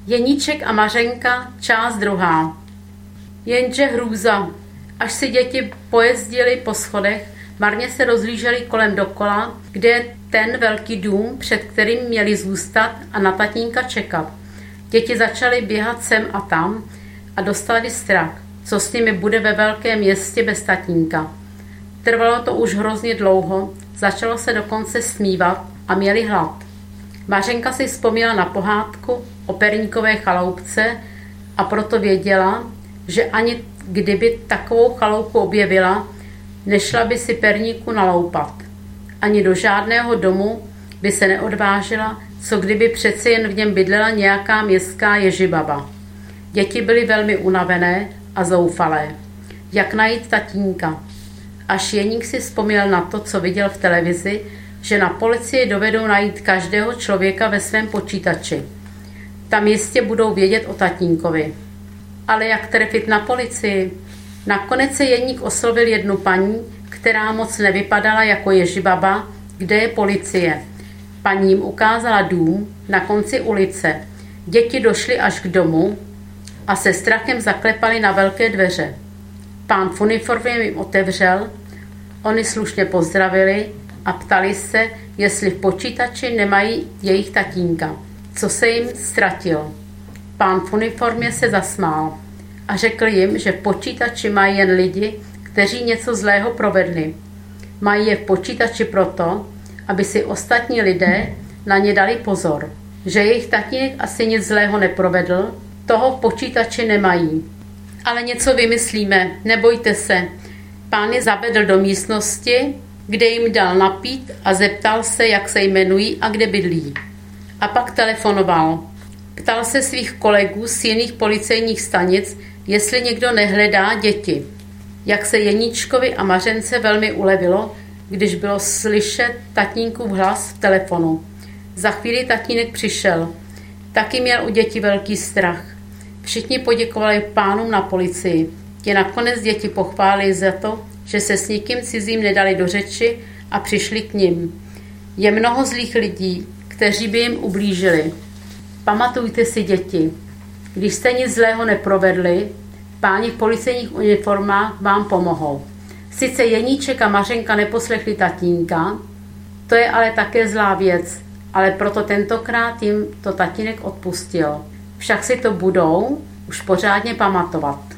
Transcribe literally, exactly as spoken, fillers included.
Jeníček a Mařenka, část druhá. Jenže hrůza. Až si děti pojezdili po schodech, marně se rozlíželi kolem dokola, kde je ten velký dům, před kterým měli zůstat a na tatínka čekat. Děti začaly běhat sem a tam a dostali strach, co s nimi bude ve velkém městě bez tatínka. Trvalo to už hrozně dlouho, začalo se dokonce smívat a měli hlad. Mařenka si vzpomněla na pohádku o perníkové chaloupce a proto věděla, že ani kdyby takovou chaloupku objevila, nešla by si perníku naloupat. Ani do žádného domu by se neodvážila, co kdyby přeci jen v něm bydlela nějaká městská ježibaba. Děti byly velmi unavené a zoufalé. Jak najít tatínka? Až Jeník si vzpomněl na to, co viděl v televizi, že na policii dovedou najít každého člověka ve svém počítači. Tam jistě budou vědět o tatínkovi. Ale jak trefit na policii? Nakonec se Jeník oslovil jednu paní, která moc nevypadala jako ježibaba, kde je policie. Paní jim ukázala dům na konci ulice. Děti došly až k domu a se strachem zaklepali na velké dveře. Pán v uniformě jim otevřel, oni slušně pozdravili a ptali se, jestli v počítači nemají jejich tatínka, co se jim ztratil. Pán v uniformě se zasmál a řekl jim, že v počítači mají jen lidi, kteří něco zlého provedli. Mají je v počítači proto, aby si ostatní lidé na ně dali pozor. Že jejich tatínek asi nic zlého neprovedl, toho v počítači nemají. Ale něco vymyslíme, nebojte se. Pán je zavedl do místnosti, kde jim dal napít a zeptal se, jak se jmenují a kde bydlí. A pak telefonoval. Ptal se svých kolegů z jiných policejních stanic, jestli někdo nehledá děti. Jak se Jeníčkovi a Mařence velmi ulevilo, když bylo slyšet tatínkův hlas v telefonu. Za chvíli tatínek přišel. Taky měl u dětí velký strach. Všichni poděkovali pánům na policii. Ti nakonec děti pochválili za to, že se s nikým cizím nedali do řeči a přišli k nim. Je mnoho zlých lidí, kteří by jim ublížili. Pamatujte si, děti, když jste nic zlého neprovedli, páni v policejních uniformách vám pomohou. Sice Jeníček a Mařenka neposlechli tatínka, to je ale také zlá věc, ale proto tentokrát jim to tatínek odpustil. Však si to budou už pořádně pamatovat.